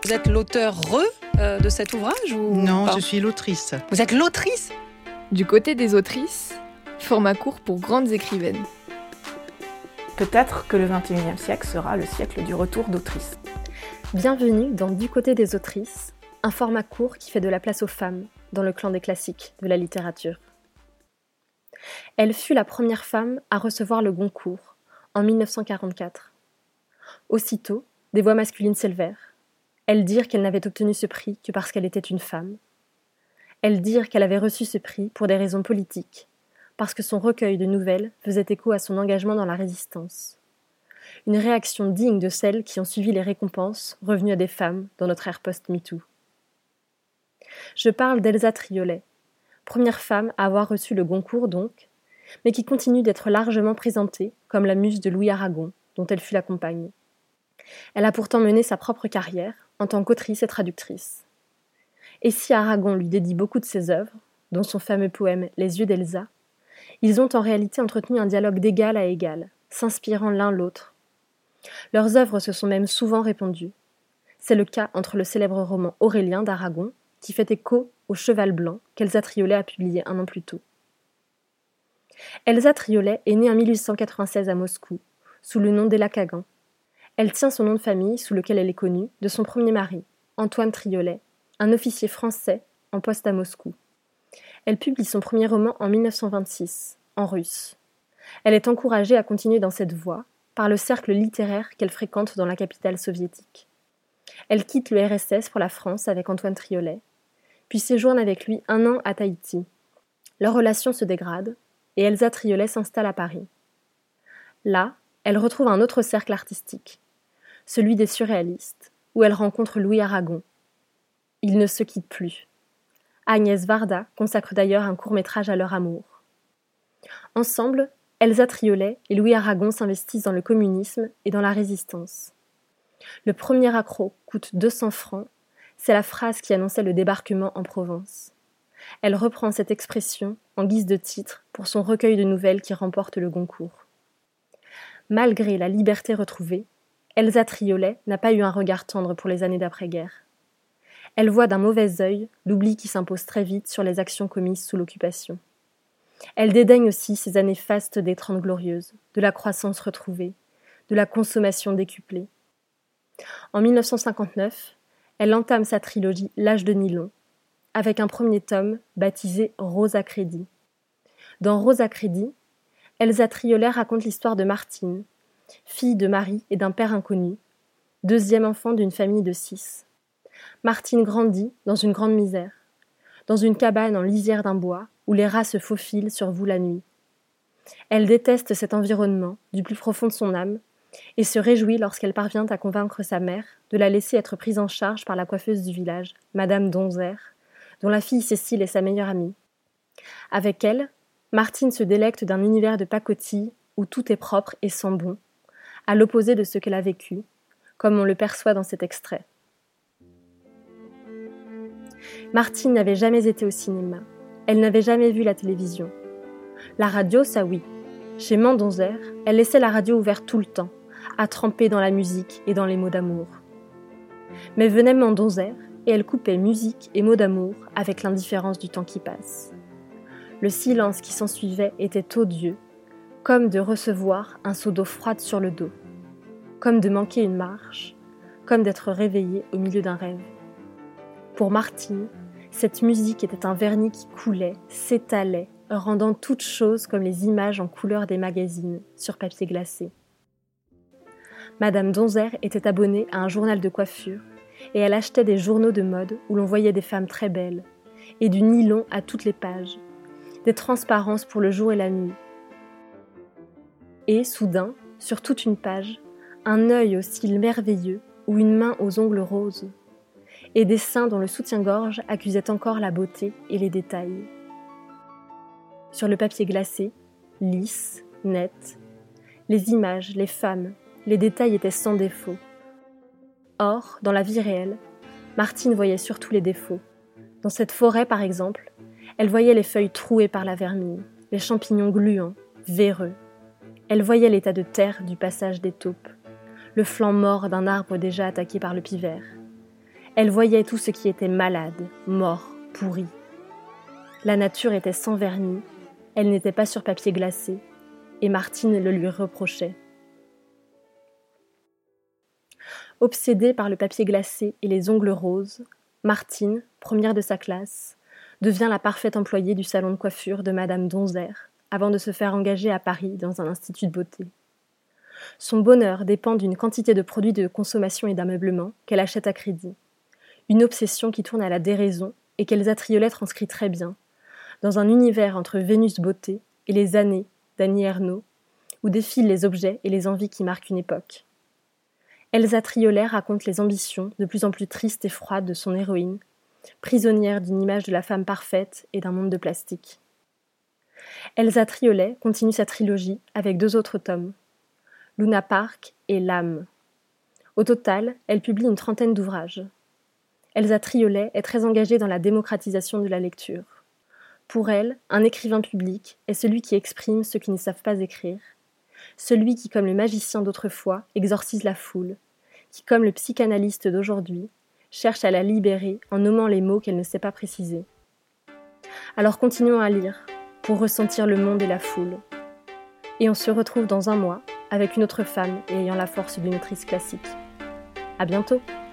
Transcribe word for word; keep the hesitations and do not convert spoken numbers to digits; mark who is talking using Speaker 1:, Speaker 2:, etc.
Speaker 1: Vous êtes l'auteur euh, de cet ouvrage ou
Speaker 2: Non,
Speaker 1: pas?
Speaker 2: Je suis l'autrice.
Speaker 1: Vous êtes l'autrice?
Speaker 3: Du côté des autrices, format court pour grandes écrivaines.
Speaker 4: Peut-être que le vingt et unième siècle sera le siècle du retour d'autrices.
Speaker 5: Bienvenue dans Du côté des autrices, un format court qui fait de la place aux femmes dans le clan des classiques de la littérature. Elle fut la première femme à recevoir le Goncourt en mille neuf cent quarante-quatre. Aussitôt, des voix masculines s'élevèrent. Elles dirent qu'elle n'avait obtenu ce prix que parce qu'elle était une femme. Elles dirent qu'elle avait reçu ce prix pour des raisons politiques, parce que son recueil de nouvelles faisait écho à son engagement dans la résistance. Une réaction digne de celles qui ont suivi les récompenses revenues à des femmes dans notre ère post-MeToo. Je parle d'Elsa Triolet, première femme à avoir reçu le Goncourt donc, mais qui continue d'être largement présentée comme la muse de Louis Aragon, dont elle fut la compagne. Elle a pourtant mené sa propre carrière en tant qu'autrice et traductrice. Et si Aragon lui dédie beaucoup de ses œuvres, dont son fameux poème « Les yeux d'Elsa », ils ont en réalité entretenu un dialogue d'égal à égal, s'inspirant l'un l'autre. Leurs œuvres se sont même souvent répondues. C'est le cas entre le célèbre roman Aurélien d'Aragon, qui fait écho au Cheval blanc qu'Elsa Triolet a publié un an plus tôt. Elsa Triolet est née en mille huit cent quatre-vingt-seize à Moscou, sous le nom d'Ella Kagan. Elle tient son nom de famille, sous lequel elle est connue, de son premier mari, Antoine Triolet, un officier français en poste à Moscou. Elle publie son premier roman en mille neuf cent vingt-six, en russe. Elle est encouragée à continuer dans cette voie par le cercle littéraire qu'elle fréquente dans la capitale soviétique. Elle quitte le R S S pour la France avec Antoine Triolet, puis séjourne avec lui un an à Tahiti. Leur relation se dégrade et Elsa Triolet s'installe à Paris. Là, elle retrouve un autre cercle artistique, celui des surréalistes, où elle rencontre Louis Aragon. Ils ne se quittent plus. Agnès Varda consacre d'ailleurs un court-métrage à leur amour. Ensemble, Elsa Triolet et Louis Aragon s'investissent dans le communisme et dans la résistance. Le premier accroc coûte deux cents francs, c'est la phrase qui annonçait le débarquement en Provence. Elle reprend cette expression en guise de titre pour son recueil de nouvelles qui remporte le Goncourt. Malgré la liberté retrouvée, Elsa Triolet n'a pas eu un regard tendre pour les années d'après-guerre. Elle voit d'un mauvais œil l'oubli qui s'impose très vite sur les actions commises sous l'occupation. Elle dédaigne aussi ces années fastes des Trente Glorieuses, de la croissance retrouvée, de la consommation décuplée. En mille neuf cent cinquante-neuf, elle entame sa trilogie L'âge de Nylon, avec un premier tome baptisé Rose à crédit. Dans Rose à crédit, Elsa Triolet raconte l'histoire de Martine, fille de mari et d'un père inconnu, deuxième enfant d'une famille de six. Martine grandit dans une grande misère, dans une cabane en lisière d'un bois où les rats se faufilent sur vous la nuit. Elle déteste cet environnement du plus profond de son âme et se réjouit lorsqu'elle parvient à convaincre sa mère de la laisser être prise en charge par la coiffeuse du village, Madame Donzer, dont la fille Cécile est sa meilleure amie. Avec elle, Martine se délecte d'un univers de pacotille où tout est propre et sent bon, à l'opposé de ce qu'elle a vécu, comme on le perçoit dans cet extrait. Martine n'avait jamais été au cinéma. Elle n'avait jamais vu la télévision. La radio, ça oui. Chez Mandonzer, elle laissait la radio ouverte tout le temps, à tremper dans la musique et dans les mots d'amour. Mais venait Mandonzer, et elle coupait musique et mots d'amour avec l'indifférence du temps qui passe. Le silence qui s'ensuivait était odieux, comme de recevoir un seau d'eau froide sur le dos, comme de manquer une marche, comme d'être réveillé au milieu d'un rêve. Pour Martine, cette musique était un vernis qui coulait, s'étalait, rendant toutes choses comme les images en couleur des magazines sur papier glacé. Madame Donzer était abonnée à un journal de coiffure et elle achetait des journaux de mode où l'on voyait des femmes très belles et du nylon à toutes les pages, des transparences pour le jour et la nuit. Et, soudain, sur toute une page, un œil au cils merveilleux ou une main aux ongles roses, et des seins dont le soutien-gorge accusait encore la beauté et les détails. Sur le papier glacé, lisse, net, les images, les femmes, les détails étaient sans défaut. Or, dans la vie réelle, Martine voyait surtout les défauts. Dans cette forêt, par exemple, elle voyait les feuilles trouées par la vermine, les champignons gluants, véreux. Elle voyait l'état de terre du passage des taupes, le flanc mort d'un arbre déjà attaqué par le pivert. Elle voyait tout ce qui était malade, mort, pourri. La nature était sans vernis, elle n'était pas sur papier glacé, et Martine le lui reprochait. Obsédée par le papier glacé et les ongles roses, Martine, première de sa classe, devient la parfaite employée du salon de coiffure de Madame Donzer, avant de se faire engager à Paris dans un institut de beauté. Son bonheur dépend d'une quantité de produits de consommation et d'ameublement qu'elle achète à crédit. Une obsession qui tourne à la déraison et qu'Elsa Triolet transcrit très bien, dans un univers entre Vénus beauté et les années d'Annie Ernaux, où défilent les objets et les envies qui marquent une époque. Elsa Triolet raconte les ambitions de plus en plus tristes et froides de son héroïne, prisonnière d'une image de la femme parfaite et d'un monde de plastique. Elsa Triolet continue sa trilogie avec deux autres tomes, Luna Park et L'âme. Au total, elle publie une trentaine d'ouvrages. Elsa Triolet est très engagée dans la démocratisation de la lecture. Pour elle, un écrivain public est celui qui exprime ceux qui ne savent pas écrire, celui qui, comme le magicien d'autrefois, exorcise la foule, qui, comme le psychanalyste d'aujourd'hui, cherche à la libérer en nommant les mots qu'elle ne sait pas préciser. Alors continuons à lire, pour ressentir le monde et la foule. Et on se retrouve dans un mois, avec une autre femme et ayant la force d'une autrice classique. À bientôt!